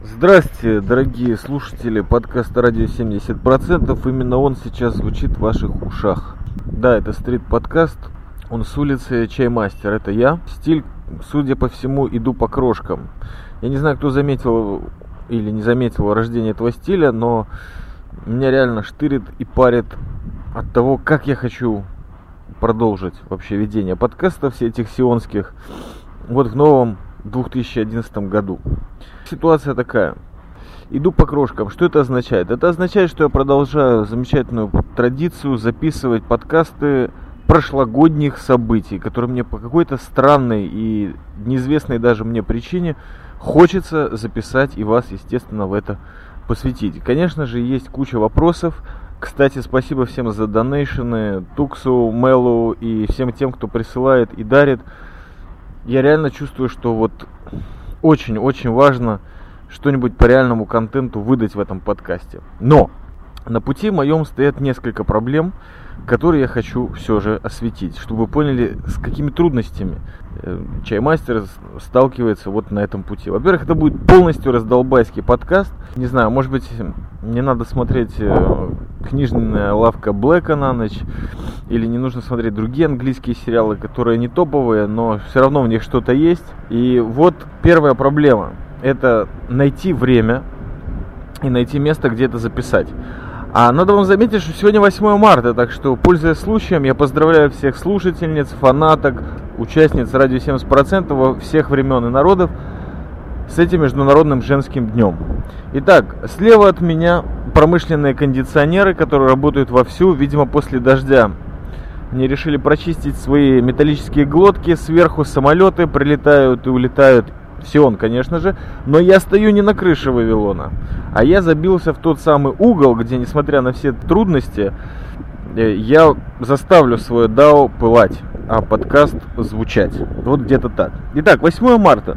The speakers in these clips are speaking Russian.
Здравствуйте, дорогие слушатели подкаста «Радио 70%». Именно он сейчас звучит в ваших ушах. Да, это стрит-подкаст, он с улицы Чаймастер, это я. Стиль, судя по всему, иду по крошкам. Я не знаю, кто заметил или не заметил рождение этого стиля, но меня реально штырит и парит от того, как я хочу продолжить вообще ведение подкастов, все этих сионских, вот в новом 2011 году. Ситуация такая. Иду по крошкам. Что это означает? Это означает, что я продолжаю замечательную традицию записывать подкасты прошлогодних событий, которые мне по какой-то странной и неизвестной даже мне причине хочется записать и вас, естественно, в это посвятить. Конечно же, есть куча вопросов. Кстати, спасибо всем за донейшены, Туксу, Мелу и всем тем, кто присылает и дарит. Я реально чувствую, что вот очень-очень важно что-нибудь по реальному контенту выдать в этом подкасте. Но на пути моем стоят несколько проблем, которые я хочу все же осветить, чтобы вы поняли, с какими трудностями Чаймастер сталкивается вот на этом пути. Во-первых, это будет полностью раздолбайский подкаст. Не знаю, может быть, не надо смотреть «Книжная лавка Блэка» на ночь, или не нужно смотреть другие английские сериалы, которые не топовые, но все равно в них что-то есть. И вот первая проблема – это найти время и найти место, где это записать. А надо вам заметить, что сегодня 8 марта, так что, пользуясь случаем, я поздравляю всех слушательниц, фанаток, участниц «Радио 70%» всех времен и народов с этим Международным женским днем. Итак, слева от меня промышленные кондиционеры, которые работают вовсю, видимо, после дождя. Они решили прочистить свои металлические глотки, сверху самолеты прилетают и улетают. Сион, конечно же, но я стою не на крыше Вавилона, а я забился в тот самый угол, где, несмотря на все трудности, я заставлю свое DAO пылать, а подкаст звучать. Вот где-то так. Итак, 8 марта.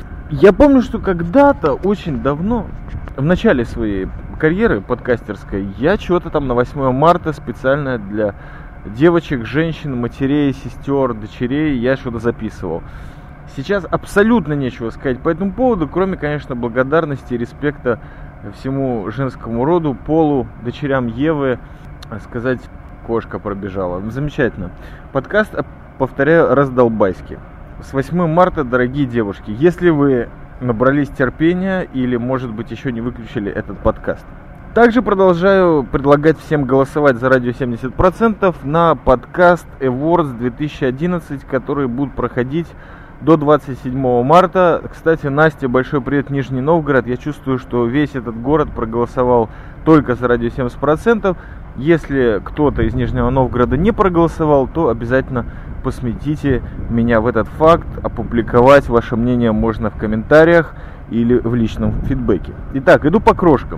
Я помню, что когда-то, очень давно, в начале своей карьеры подкастерской, я что-то там на 8 марта специально для девочек, женщин, матерей, сестер, дочерей, я что-то записывал. Сейчас абсолютно нечего сказать по этому поводу, кроме, конечно, благодарности и респекта всему женскому роду, полу, дочерям Евы. Сказать, кошка пробежала. Замечательно. Подкаст, повторяю, раздолбайский. С 8 марта, дорогие девушки, если вы набрались терпения или, может быть, еще не выключили этот подкаст. Также продолжаю предлагать всем голосовать за «Радио 70%» на подкаст Awards 2011, которые будут проходить до 27 марта. Кстати, Настя, большой привет, Нижний Новгород. Я чувствую, что весь этот город проголосовал только за «Радио 70%. Если кто-то из Нижнего Новгорода не проголосовал, то обязательно посвятите меня в этот факт. Опубликовать ваше мнение можно в комментариях или в личном фидбэке. Итак, иду по крошкам.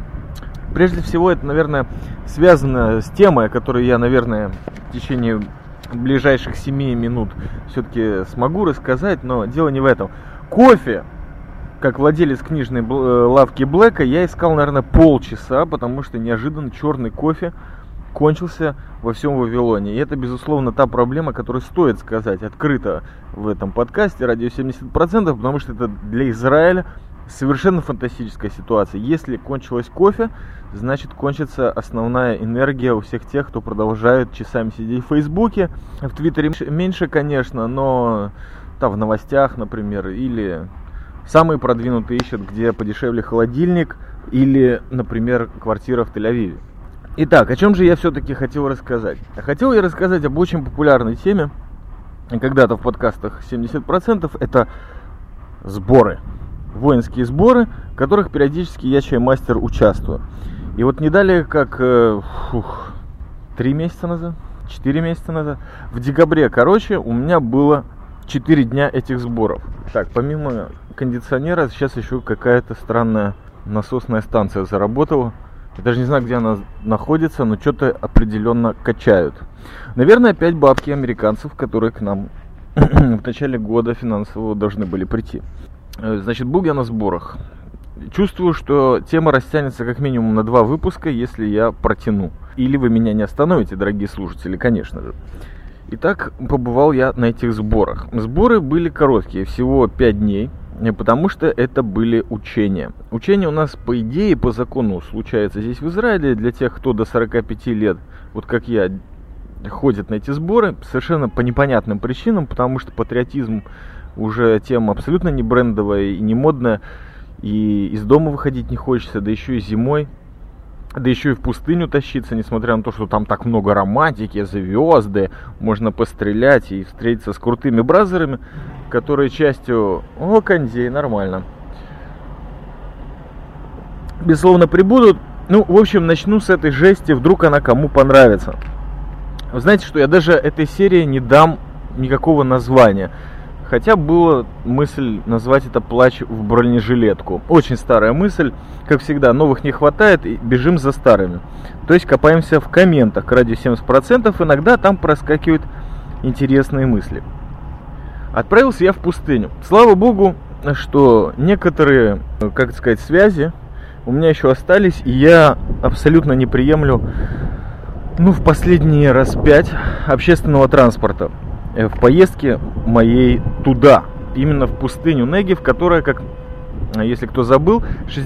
Прежде всего, это, наверное, связано с темой, которую я, наверное, в течение ближайших 7 минут все-таки смогу рассказать, но дело не в этом. Кофе, как владелец книжной лавки Блэка, я искал, наверное, полчаса, потому что неожиданно черный кофе кончился во всем Вавилоне. И это, безусловно, та проблема, которую стоит сказать открыто в этом подкасте «Радио 70%», потому что это для Израиля совершенно фантастическая ситуация. Если кончилось кофе, значит кончится основная энергия у всех тех, кто продолжает часами сидеть в Фейсбуке. В Твиттере меньше, конечно, но там в новостях, например, или самые продвинутые ищут, где подешевле холодильник, или, например, квартира в Тель-Авиве. Итак, о чем же я все-таки хотел рассказать? Хотел я рассказать об очень популярной теме, когда-то в подкастах 70%, это сборы. Воинские сборы, в которых периодически я, Чаймастер, участвую. И вот не далее, как 3 месяца назад, 4 месяца назад, в декабре, у меня было 4 дня этих сборов. Так, помимо кондиционера, сейчас еще какая-то странная насосная станция заработала. Я даже не знаю, где она находится, но что-то определенно качают. Наверное, опять бабки американцев, которые к нам в начале года финансового должны были прийти. Значит, был я на сборах. Чувствую, что тема растянется как минимум на 2 выпуска, если я протяну. Или вы меня не остановите, дорогие слушатели, конечно же. Итак, побывал я на этих сборах. Сборы были короткие, всего 5 дней. потому что это были учения. Учения у нас, по идее, по закону случаются здесь в Израиле для тех, кто до 45 лет, вот как я, ходит на эти сборы, совершенно по непонятным причинам, потому что патриотизм уже тема абсолютно не брендовая и не модная, и из дома выходить не хочется, да еще и зимой, да еще и в пустыню тащиться, несмотря на то, что там так много романтики, звезды, можно пострелять и встретиться с крутыми бразерами, которые частью, кондей, нормально, безусловно, прибудут. Ну, в общем, начну с этой жести, вдруг она кому понравится. Вы знаете, что я даже этой серии не дам никакого названия. Хотя была мысль назвать это «Плач в бронежилетку». Очень старая мысль. Как всегда, новых не хватает, и бежим за старыми. То есть копаемся в комментах к радио 70%. Иногда там проскакивают интересные мысли. Отправился я в пустыню. Слава богу, что некоторые, связи у меня еще остались. И я абсолютно не приемлю, в последние раз 5 общественного транспорта в поездке моей туда, именно в пустыню Негев, которая, как, если кто забыл,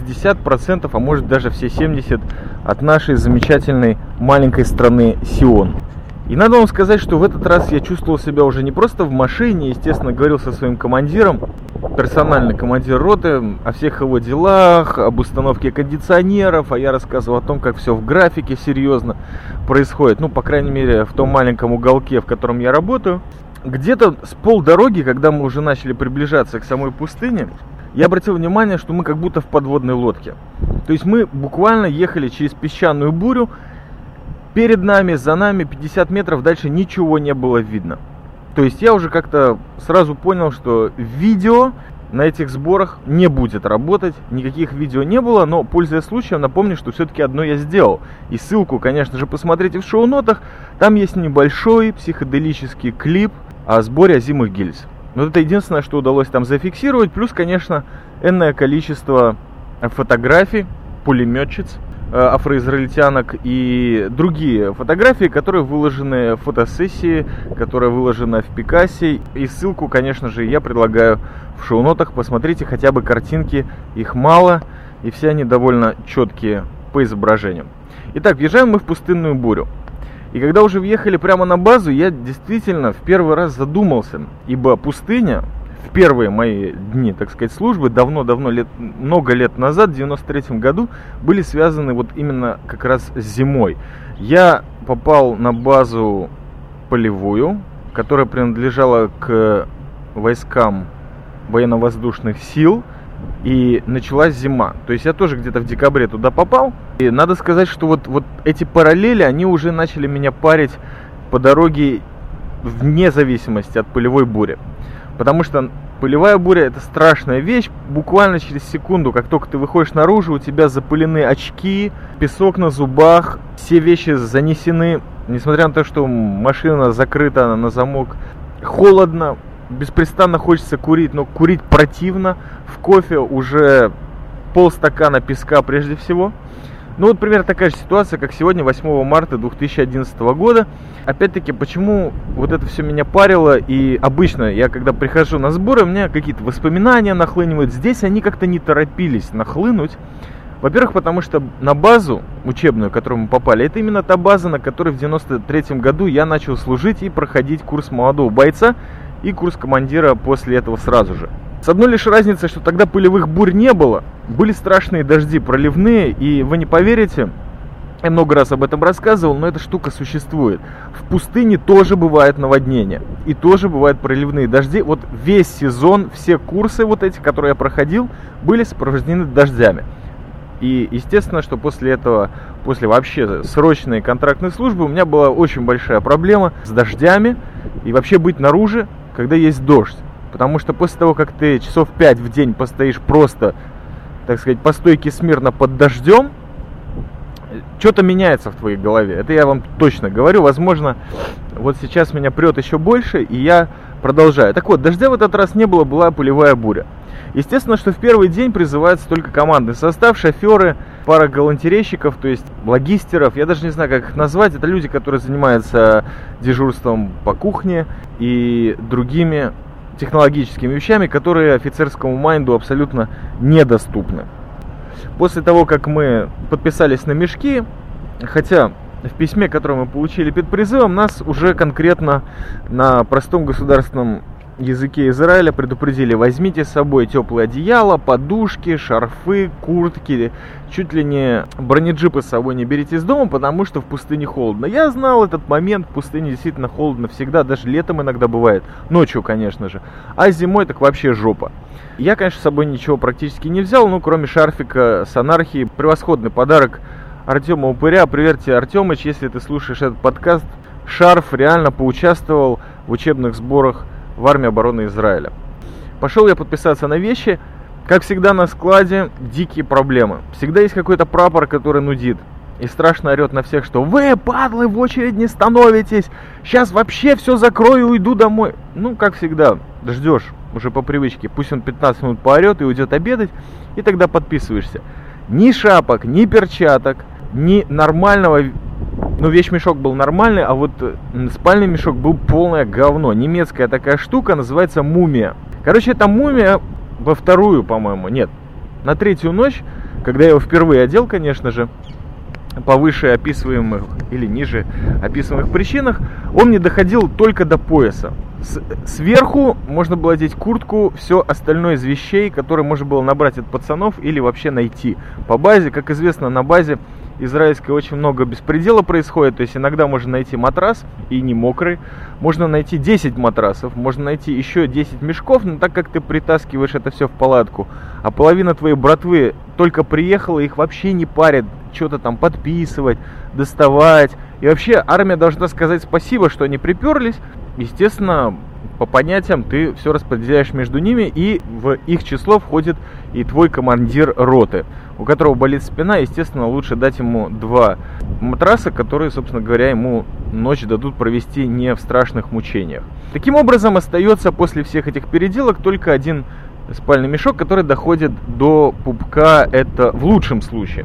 60%, а может даже все 70% от нашей замечательной маленькой страны Сион. И надо вам сказать, что в этот раз я чувствовал себя уже не просто в машине, естественно, говорил со своим командиром, персональный командир роты, о всех его делах, об установке кондиционеров, а я рассказывал о том, как все в графике серьезно происходит, по крайней мере, в том маленьком уголке, в котором я работаю. Где-то с полдороги, когда мы уже начали приближаться к самой пустыне, я обратил внимание, что мы как будто в подводной лодке. То есть мы буквально ехали через песчаную бурю, перед нами, за нами 50 метров дальше ничего не было видно. То есть я уже как-то сразу понял, что видео на этих сборах не будет работать. Никаких видео не было, но, пользуясь случаем, напомню, что все-таки одно я сделал. И ссылку, конечно же, посмотрите в шоу-нотах. Там есть небольшой психоделический клип о сборе озимых гильз. Вот это единственное, что удалось там зафиксировать. Плюс, конечно, энное количество фотографий пулеметчиц, афроизраильтянок и другие фотографии, которые выложены в фотосессии, которая выложена в Пикасе. И ссылку, конечно же, я предлагаю в шоу-нотах. Посмотрите хотя бы картинки, их мало, и все они довольно четкие по изображениям. Итак, въезжаем мы в пустынную бурю. И когда уже въехали прямо на базу, я действительно в первый раз задумался, ибо пустыня в первые мои дни, службы, давно-давно, много лет назад, в 93-м году, были связаны вот именно как раз с зимой. Я попал на базу полевую, которая принадлежала к войскам военно-воздушных сил, и началась зима. То есть я тоже где-то в декабре туда попал. И надо сказать, что вот эти параллели, они уже начали меня парить по дороге вне зависимости от полевой бури. Потому что пылевая буря — это страшная вещь. Буквально через секунду, как только ты выходишь наружу, у тебя запылены очки, песок на зубах, все вещи занесены. Несмотря на то, что машина закрыта на замок, холодно, беспрестанно хочется курить, но курить противно. В кофе уже полстакана песка прежде всего. Вот примерно такая же ситуация, как сегодня, 8 марта 2011 года. Опять-таки, почему вот это все меня парило? И обычно я, когда прихожу на сборы, у меня какие-то воспоминания нахлынивают. Здесь они как-то не торопились нахлынуть. Во-первых, потому что на базу учебную, в которую мы попали, это именно та база, на которой в 93-м году я начал служить и проходить курс молодого бойца и курс командира после этого сразу же. С одной лишь разницей, что тогда пылевых бурь не было, были страшные дожди проливные, и вы не поверите, я много раз об этом рассказывал, но эта штука существует. В пустыне тоже бывают наводнения, и тоже бывают проливные дожди. Вот весь сезон, все курсы вот эти, которые я проходил, были сопровождены дождями. И естественно, что после этого, после вообще срочной контрактной службы, у меня была очень большая проблема с дождями и вообще быть наружу, когда есть дождь. Потому что после того, как ты часов 5 в день постоишь просто, по стойке смирно под дождем, что-то меняется в твоей голове. Это я вам точно говорю. Возможно, вот сейчас меня прет еще больше, и я продолжаю. Так вот, дождя в этот раз не было, была пылевая буря. Естественно, что в первый день призывается только командный состав, шоферы, пара галантерейщиков, то есть логистеров. Я даже не знаю, как их назвать. Это люди, которые занимаются дежурством по кухне и другими технологическими вещами, которые офицерскому майнду абсолютно недоступны. После того, как мы подписались на мешки, хотя в письме, которое мы получили перед призывом, нас уже конкретно на простом государственном языке Израиля предупредили: возьмите с собой теплые одеяла, подушки, шарфы, куртки, чуть ли не бронеджипы с собой не берите из дома, потому что в пустыне холодно. Я знал этот момент, в пустыне действительно холодно всегда, даже летом иногда бывает, ночью, конечно же, а зимой так вообще жопа. Я, конечно, с собой ничего практически не взял, ну, кроме шарфика с анархией, превосходный подарок Артема Упыря. Привет тебе, Артемыч, если ты слушаешь этот подкаст. Шарф реально поучаствовал в учебных сборах в армии обороны Израиля. Пошел я подписаться на вещи. Как всегда на складе дикие проблемы. Всегда есть какой-то прапор, который нудит и страшно орет на всех, что вы, падлы, в очередь не становитесь, сейчас вообще все закрою и уйду домой. Ну, как всегда, ждешь уже по привычке, пусть он 15 минут поорет и уйдет обедать, и тогда подписываешься. Ни шапок, ни перчаток, ни нормального. Ну, вещмешок был нормальный, а вот спальный мешок был полное говно. Немецкая такая штука, называется мумия. Короче, эта мумия во вторую, по-моему, нет, на третью ночь, когда я его впервые одел, конечно же, по выше описываемых или ниже описываемых причинах, он не доходил только до пояса. Сверху можно было одеть куртку, все остальное из вещей, которые можно было набрать от пацанов или вообще найти по базе. Как известно, на базе израильской очень много беспредела происходит, то есть иногда можно найти матрас и не мокрый, можно найти 10 матрасов, можно найти еще 10 мешков, но так как ты притаскиваешь это все в палатку, а половина твоей братвы только приехала, их вообще не парит что-то там подписывать, доставать, и вообще армия должна сказать спасибо, что они приперлись. Естественно, по понятиям ты все распределяешь между ними, и в их число входит и твой командир роты, у которого болит спина. Естественно, лучше дать ему 2 матраса, которые, собственно говоря, ему ночь дадут провести не в страшных мучениях. Таким образом, остается после всех этих переделок только один спальный мешок, который доходит до пупка, это в лучшем случае.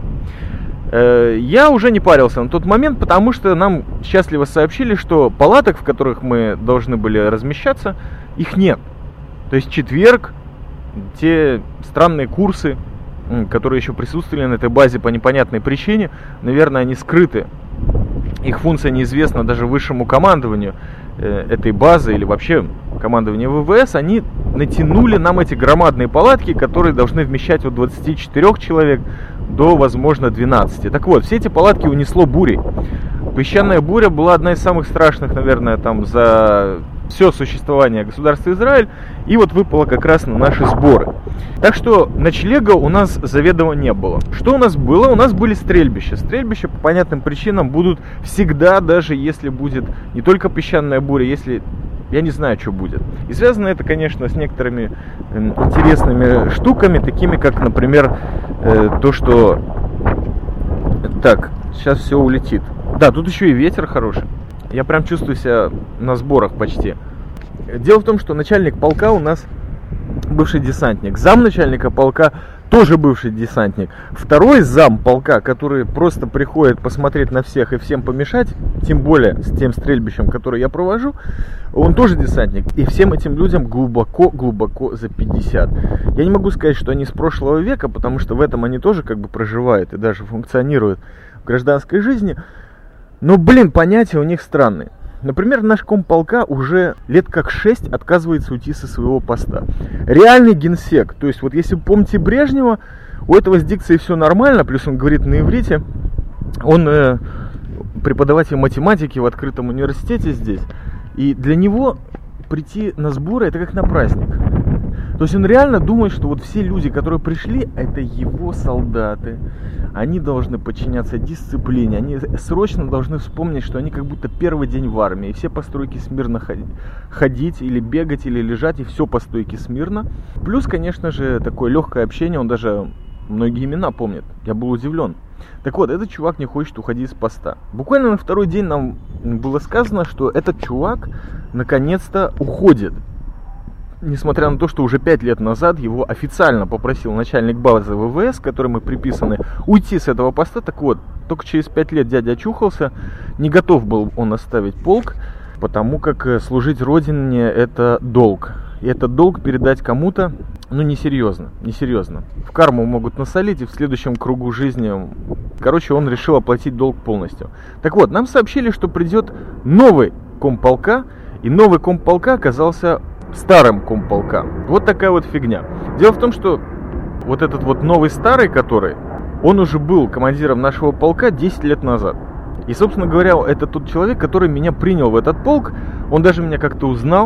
Я уже не парился на тот момент, потому что нам счастливо сообщили, что палаток, в которых мы должны были размещаться, их нет. То есть четверг, те странные курсы, которые еще присутствовали на этой базе по непонятной причине, наверное, они скрыты. Их функция неизвестна даже высшему командованию этой базы или вообще командованию ВВС. Они натянули нам эти громадные палатки, которые должны вмещать от 24 человек до, возможно, 12. Так вот, все эти палатки унесло бурей. Песчаная буря была одна из самых страшных, наверное, там за все существование государства Израиль. И вот выпала как раз на наши сборы. Так что ночлега у нас заведомо не было. Что у нас было? У нас были стрельбища. Стрельбища по понятным причинам будут всегда, даже если будет не только песчаная буря, если... Я не знаю, что будет. И связано это, конечно, с некоторыми интересными штуками, такими как, например, то, что... Так, сейчас все улетит. Да, тут еще и ветер хороший. Я прям чувствую себя на сборах почти. Дело в том, что начальник полка у нас бывший десантник. Замначальника полка тоже бывший десантник. Второй зам полка, который просто приходит посмотреть на всех и всем помешать, тем более с тем стрельбищем, которое я провожу, он тоже десантник. И всем этим людям глубоко за 50. Я не могу сказать, что они с прошлого века, потому что в этом они тоже как бы проживают и даже функционируют в гражданской жизни. Но, понятия у них странные. Например, наш комполка уже лет как 6 отказывается уйти со своего поста. Реальный генсек. То есть, вот если вы помните Брежнева, у этого с дикцией все нормально, плюс он говорит на иврите. Он преподаватель математики в открытом университете здесь. И для него прийти на сборы — это как на праздник. То есть он реально думает, что вот все люди, которые пришли, это его солдаты. Они должны подчиняться дисциплине. Они срочно должны вспомнить, что они как будто первый день в армии. И все по стойке смирно ходить или бегать, или лежать. И все по стойке смирно. Плюс, конечно же, такое легкое общение. Он даже многие имена помнит. Я был удивлен. Так вот, этот чувак не хочет уходить с поста. Буквально на второй день нам было сказано, что этот чувак наконец-то уходит. Несмотря на то, что уже 5 лет назад его официально попросил начальник базы ВВС, к которой мы приписаны, уйти с этого поста. Так вот, только через 5 лет дядя очухался. Не готов был он оставить полк, потому как служить родине — это долг. и этот долг передать кому-то, несерьезно. В карму могут насолить, и в следующем кругу жизни, он решил оплатить долг полностью. Так вот, нам сообщили, что придет новый комполка, и новый комполка оказался старым комполка. Вот такая вот фигня. Дело в том, что вот этот вот новый старый, он уже был командиром нашего полка 10 лет назад. И, собственно говоря, это тот человек, который меня принял в этот полк. Он даже меня как-то узнал.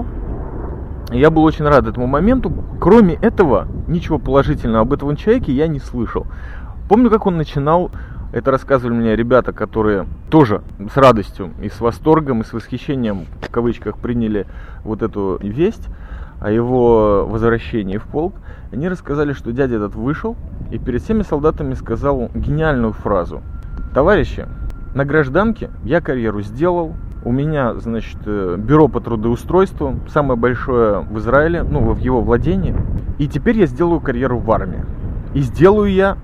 И я был очень рад этому моменту. Кроме этого, ничего положительного об этом человеке я не слышал. Помню, как он начинал. Это рассказывали мне ребята, которые тоже с радостью и с восторгом, и с восхищением, в кавычках, приняли вот эту весть о его возвращении в полк. Они рассказали, что дядя этот вышел и перед всеми солдатами сказал гениальную фразу: товарищи, на гражданке я карьеру сделал, у меня, бюро по трудоустройству, самое большое в Израиле, в его владении, и теперь я сделаю карьеру в армии. И сделаю я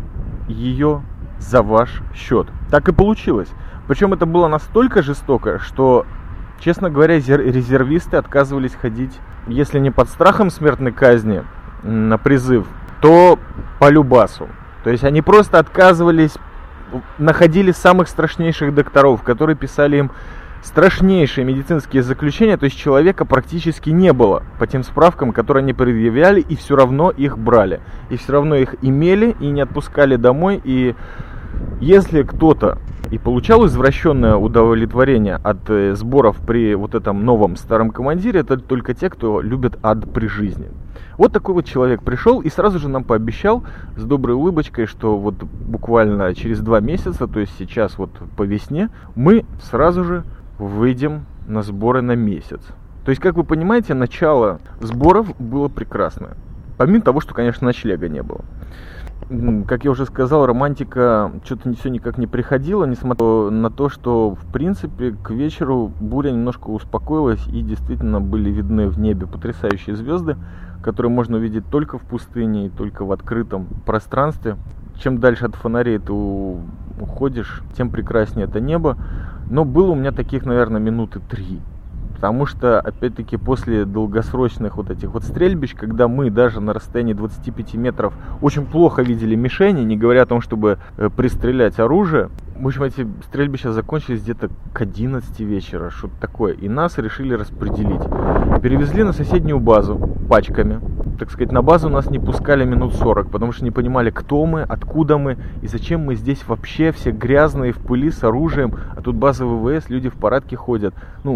ее за ваш счет. Так и получилось. Причем это было настолько жестоко, что, честно говоря, резервисты отказывались ходить, если не под страхом смертной казни на призыв, то по любасу. То есть они просто отказывались, находили самых страшнейших докторов, которые писали им страшнейшие медицинские заключения. То есть человека практически не было по тем справкам, которые они предъявляли, и все равно их брали. И все равно их имели и не отпускали домой. И если кто-то и получал извращенное удовлетворение от сборов при вот этом новом старом командире, это только те, кто любит ад при жизни. Вот такой вот человек пришел и сразу же нам пообещал с доброй улыбочкой, что вот буквально через 2 месяца, то есть сейчас вот по весне, мы сразу же выйдем на сборы на месяц. То есть, как вы понимаете, начало сборов было прекрасное. Помимо того, что, конечно, ночлега не было. Как я уже сказал, романтика что-то все никак не приходила, несмотря на то, что, в принципе, к вечеру буря немножко успокоилась, и действительно были видны в небе потрясающие звезды, которые можно увидеть только в пустыне и только в открытом пространстве. Чем дальше от фонарей ты уходишь, тем прекраснее это небо. Но было у меня таких, наверное, минуты 3. Потому что, опять-таки, после долгосрочных вот этих вот стрельбищ, когда мы даже на расстоянии 25 метров очень плохо видели мишени, не говоря о том, чтобы пристрелять оружие, в общем, эти стрельбища закончились где-то к 11 вечера, что-то такое. И нас решили распределить. Перевезли на соседнюю базу пачками. Так сказать, на базу нас не пускали минут 40, потому что не понимали, кто мы, откуда мы и зачем мы здесь вообще, все грязные, в пыли, с оружием. А тут база ВВС, люди в парадке ходят.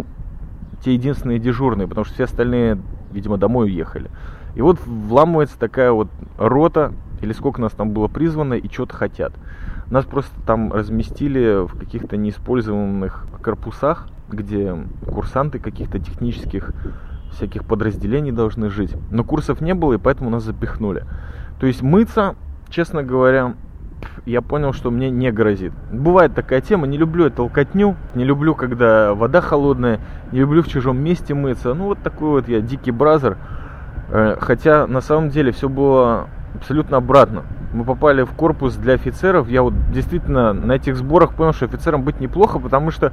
Те единственные дежурные, потому что все остальные, видимо, домой уехали. И вот вламывается такая вот рота, или сколько нас там было призвано, и что-то хотят. Нас просто там разместили в каких-то неиспользованных корпусах, где курсанты каких-то технических всяких подразделений должны жить. Но курсов не было, и поэтому нас запихнули. То есть мыться, честно говоря, я понял, что мне не грозит. Бывает такая тема, не люблю эту толкотню, не люблю, когда вода холодная, не люблю в чужом месте мыться. Вот такой вот я дикий бразер. Хотя на самом деле все было абсолютно обратно. Мы попали в корпус для офицеров. Я вот действительно на этих сборах понял, что офицером быть неплохо, потому что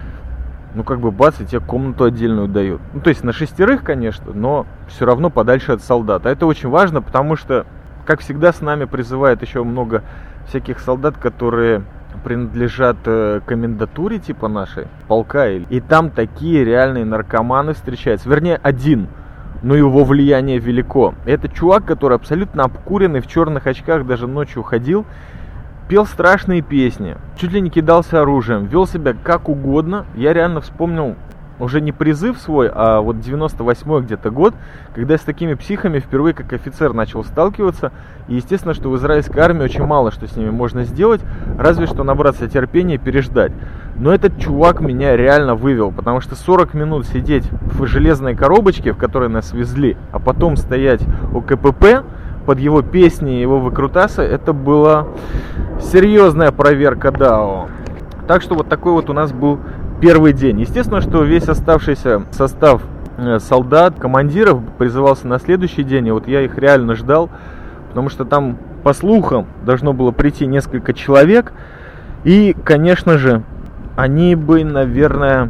бац, и тебе комнату отдельную дают. То есть на 6, конечно, но все равно подальше от солдат. А это очень важно, потому что, как всегда, с нами призывают еще много всяких солдат, которые принадлежат комендатуре типа нашей, полка. И там такие реальные наркоманы встречаются. Вернее, один, но его влияние велико. Это чувак, который абсолютно обкуренный, в черных очках, даже ночью ходил, пел страшные песни, чуть ли не кидался оружием, вел себя как угодно. Я реально вспомнил уже не призыв свой, а вот 98-й где-то год, когда я с такими психами впервые как офицер начал сталкиваться. И естественно, что в израильской армии очень мало что с ними можно сделать, разве что набраться терпения и переждать. Но этот чувак меня реально вывел, потому что 40 минут сидеть в железной коробочке, в которой нас везли, а потом стоять у КПП под его песни и его выкрутасы, это была серьезная проверка ДАО. Так что вот такой вот у нас был первый день. Естественно, что весь оставшийся состав солдат, командиров призывался на следующий день. И вот я их реально ждал, потому что там, по слухам, должно было прийти несколько человек. И, конечно же, они бы, наверное,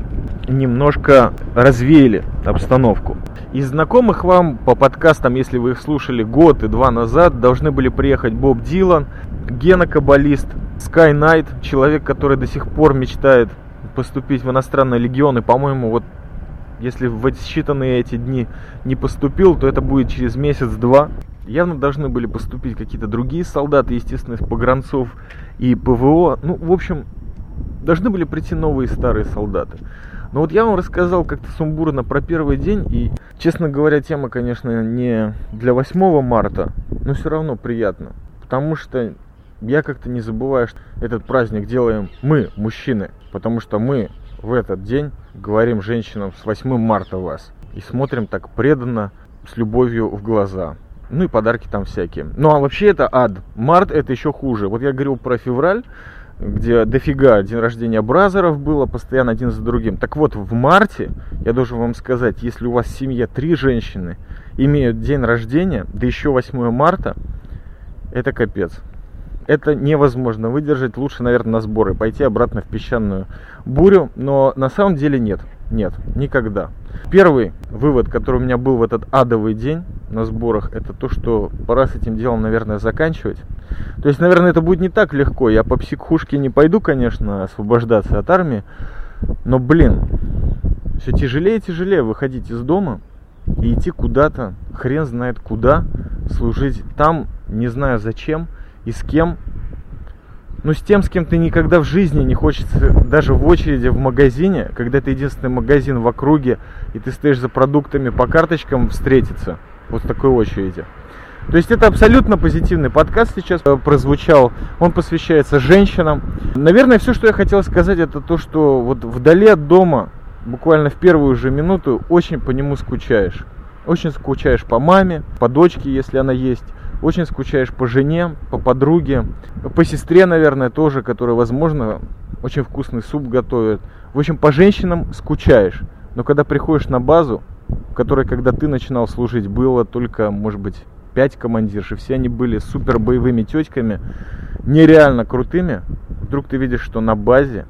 немножко развеяли обстановку. Из знакомых вам по подкастам, если вы их слушали год и два назад, должны были приехать Боб Дилан, Гена Каббалист, Скай Найт, человек, который до сих пор мечтает поступить в иностранный легион. И, по-моему, вот если в считанные эти дни не поступил, то это будет через месяц-два. Явно должны были поступить какие-то другие солдаты, естественно, из погранцов и ПВО. Ну, в общем, должны были прийти новые старые солдаты. Но вот я вам рассказал как-то сумбурно про первый день. И, честно говоря, тема, конечно, не для 8 марта, но все равно приятно. Потому что я как-то не забываю, что этот праздник делаем мы, мужчины. Потому что мы в этот день говорим женщинам с 8 марта вас. И смотрим так преданно, с любовью в глаза. Ну и подарки там всякие. Ну а вообще это ад. Март это еще хуже. Вот я говорил про февраль, где дофига день рождения бразеров было, постоянно один за другим. Так вот, в марте, я должен вам сказать, если у вас в семье 3 женщины имеют день рождения, да еще 8 марта, это капец. Это невозможно выдержать. Лучше, наверное, на сборы пойти обратно в песчаную бурю. Но на самом деле нет. Нет, никогда. Первый вывод, который у меня был в этот адовый день на сборах, это то, что пора с этим делом, наверное, заканчивать. То есть, наверное, это будет не так легко. Я по психушке не пойду, конечно, освобождаться от армии. Но, блин, все тяжелее и тяжелее выходить из дома и идти куда-то, хрен знает куда, служить там, не знаю зачем и с кем. Ну, с тем, с кем ты никогда в жизни не хочется, даже в очереди в магазине, когда это единственный магазин в округе, и ты стоишь за продуктами по карточкам, встретиться вот в такой очереди. То есть это абсолютно позитивный подкаст сейчас прозвучал. Он посвящается женщинам. Наверное, все, что я хотел сказать, это то, что вот вдали от дома, буквально в первую же минуту, очень по нему скучаешь. Очень скучаешь по маме, по дочке, если она есть. Очень скучаешь по жене, по подруге, по сестре, наверное, тоже, которая, возможно, очень вкусный суп готовит. В общем, по женщинам скучаешь. Но когда приходишь на базу, в которой, когда ты начинал служить, было только, может быть, 5 командирш, и все они были супер боевыми тетьками, нереально крутыми, вдруг ты видишь, что на базе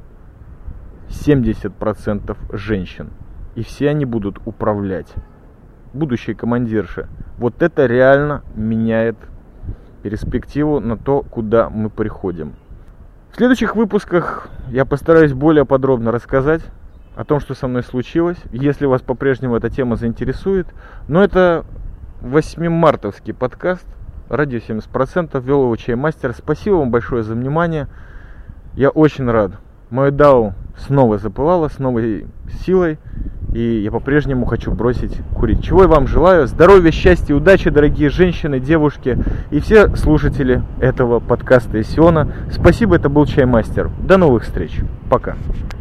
70% женщин. И все они будут управлять. Будущие командирши. Вот это реально меняет перспективу на то, куда мы приходим. В следующих выпусках я постараюсь более подробно рассказать о том, что со мной случилось, если вас по-прежнему эта тема заинтересует. Но это 8-мартовский подкаст. Радио 70%. Вел его Чаймастер. Спасибо вам большое за внимание. Я очень рад. Мое DAO снова запылало с новой силой. И я по-прежнему хочу бросить курить. Чего я вам желаю. Здоровья, счастья, удачи, дорогие женщины, девушки и все слушатели этого подкаста из Сиона. Спасибо, это был Чаймастер. До новых встреч. Пока.